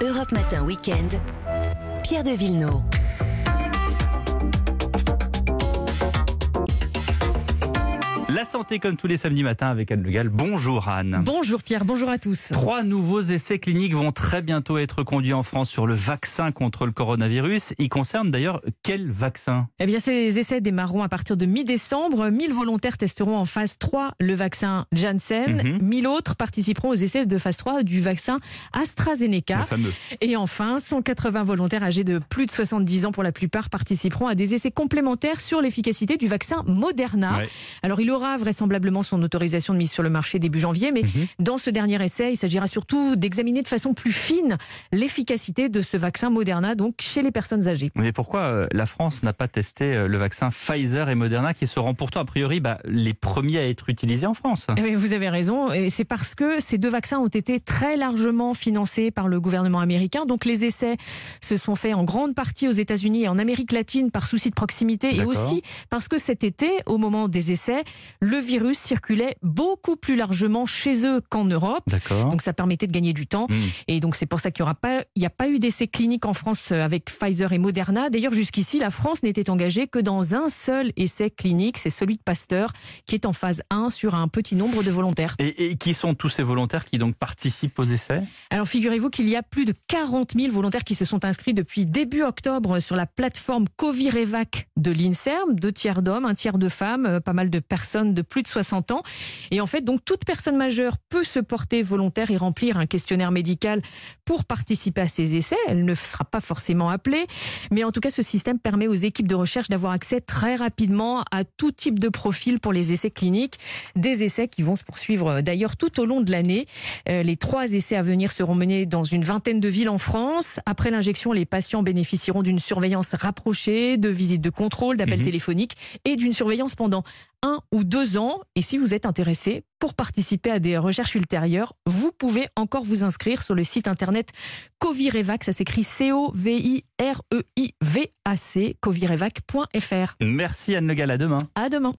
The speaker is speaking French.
Europe Matin Week-end, Pierre de Villeneuve. La santé comme tous les samedis matins avec Anne Le Gall. Bonjour Anne. Bonjour Pierre, bonjour à tous. 3 nouveaux essais cliniques vont très bientôt être conduits en France sur le vaccin contre le coronavirus. Ils concernent d'ailleurs quel vaccin ? Eh bien, ces essais démarreront à partir de mi-décembre. 1000 volontaires testeront en phase 3 le vaccin Janssen. 1000 autres participeront aux essais de phase 3 du vaccin AstraZeneca. Le fameux. Et enfin, 180 volontaires âgés de plus de 70 ans pour la plupart participeront à des essais complémentaires sur l'efficacité du vaccin Moderna. Ouais. Alors, il aura vraisemblablement son autorisation de mise sur le marché début janvier, mais dans ce dernier essai, il s'agira surtout d'examiner de façon plus fine l'efficacité de ce vaccin Moderna, donc chez les personnes âgées. Mais pourquoi la France n'a pas testé le vaccin Pfizer et Moderna qui seront pourtant a priori les premiers à être utilisés en France ? Oui, vous avez raison, et c'est parce que ces deux vaccins ont été très largement financés par le gouvernement américain. Donc les essais se sont faits en grande partie aux États-Unis et en Amérique latine par souci de proximité, et aussi parce que cet été, au moment des essais, le virus circulait beaucoup plus largement chez eux qu'en Europe. D'accord. Donc ça permettait de gagner du temps. Et donc c'est pour ça qu'il n'y a pas eu d'essais cliniques en France avec Pfizer et Moderna. D'ailleurs, jusqu'ici, la France n'était engagée que dans un seul essai clinique, c'est celui de Pasteur, qui est en phase 1 sur un petit nombre de volontaires. Et qui sont tous ces volontaires qui donc participent aux essais ? Alors figurez-vous qu'il y a plus de 40 000 volontaires qui se sont inscrits depuis début octobre sur la plateforme Covirevac de l'INSERM, 2 tiers d'hommes, 1 tiers de femmes, pas mal de personnes de plus de 60 ans. Et en fait, donc, toute personne majeure peut se porter volontaire et remplir un questionnaire médical pour participer à ces essais. Elle ne sera pas forcément appelée. Mais en tout cas, ce système permet aux équipes de recherche d'avoir accès très rapidement à tout type de profil pour les essais cliniques. Des essais qui vont se poursuivre d'ailleurs tout au long de l'année. Les 3 essais à venir seront menés dans une vingtaine de villes en France. Après l'injection, les patients bénéficieront d'une surveillance rapprochée, de visites de contrôle, d'appels téléphoniques et d'une surveillance pendant 1 ou 2 ans. Et si vous êtes intéressé pour participer à des recherches ultérieures, vous pouvez encore vous inscrire sur le site internet Covirevac. Ça s'écrit COVIREIVAC, covirevac.fr. Merci Anne Le Gall, à demain. À demain.